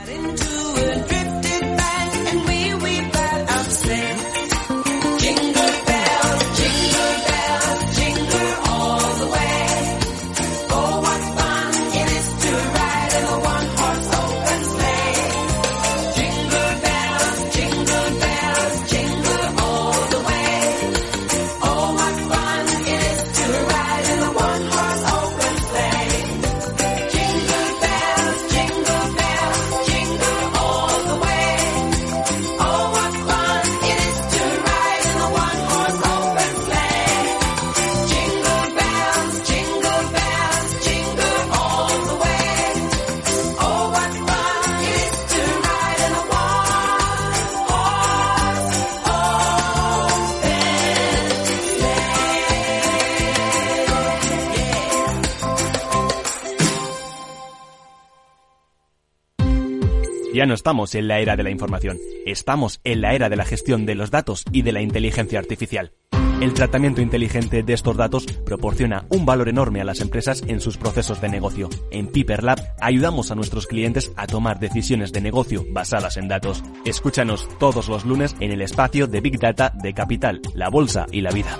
Ya no estamos en la era de la información, estamos en la era de la gestión de los datos y de la inteligencia artificial. El tratamiento inteligente de estos datos proporciona un valor enorme a las empresas en sus procesos de negocio. En Piper Lab ayudamos a nuestros clientes a tomar decisiones de negocio basadas en datos. Escúchanos todos los lunes en el espacio de Big Data de Capital, la Bolsa y la Vida.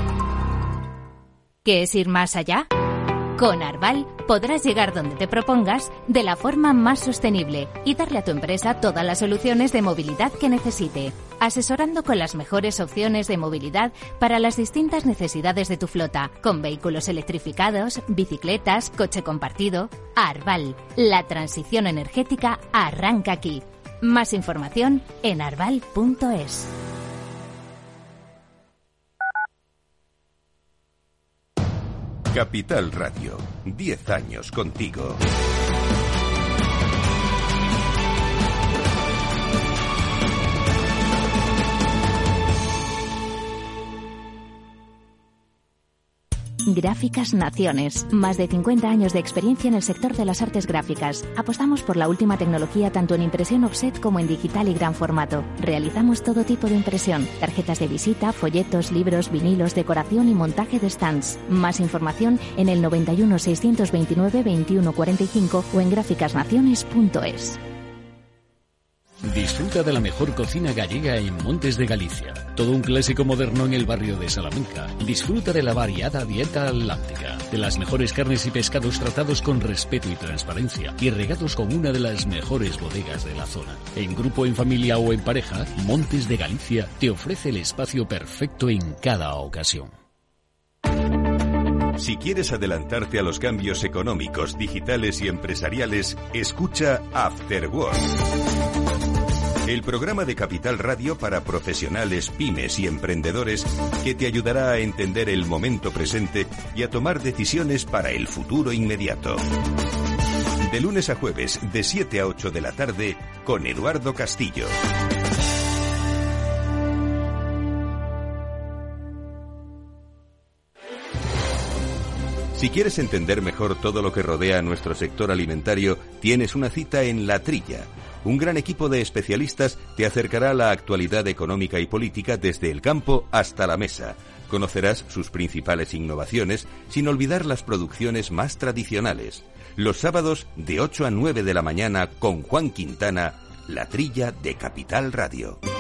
¿Qué es ir más allá? Con Arval podrás llegar donde te propongas de la forma más sostenible y darle a tu empresa todas las soluciones de movilidad que necesite, asesorando con las mejores opciones de movilidad para las distintas necesidades de tu flota, con vehículos electrificados, bicicletas, coche compartido. Arval, la transición energética arranca aquí. Más información en arval.es. Capital Radio, 10 años contigo. Gráficas Naciones. Más de 50 años de experiencia en el sector de las artes gráficas. Apostamos por la última tecnología tanto en impresión offset como en digital y gran formato. Realizamos todo tipo de impresión. Tarjetas de visita, folletos, libros, vinilos, decoración y montaje de stands. Más información en el 91 629 21 45 o en gráficasnaciones.es. Disfruta de la mejor cocina gallega en Montes de Galicia. Todo un clásico moderno en el barrio de Salamanca. Disfruta de la variada dieta láctica, de las mejores carnes y pescados tratados con respeto y transparencia y regados con una de las mejores bodegas de la zona. En grupo, en familia o en pareja, Montes de Galicia te ofrece el espacio perfecto en cada ocasión. Si quieres adelantarte a los cambios económicos, digitales y empresariales, escucha After Work. El programa de Capital Radio para profesionales, pymes y emprendedores que te ayudará a entender el momento presente y a tomar decisiones para el futuro inmediato. De lunes a jueves, de 7 a 8 de la tarde, con Eduardo Castillo. Si quieres entender mejor todo lo que rodea a nuestro sector alimentario, tienes una cita en La Trilla. Un gran equipo de especialistas te acercará a la actualidad económica y política desde el campo hasta la mesa. Conocerás sus principales innovaciones, sin olvidar las producciones más tradicionales. Los sábados de 8 a 9 de la mañana con Juan Quintana, La Trilla de Capital Radio.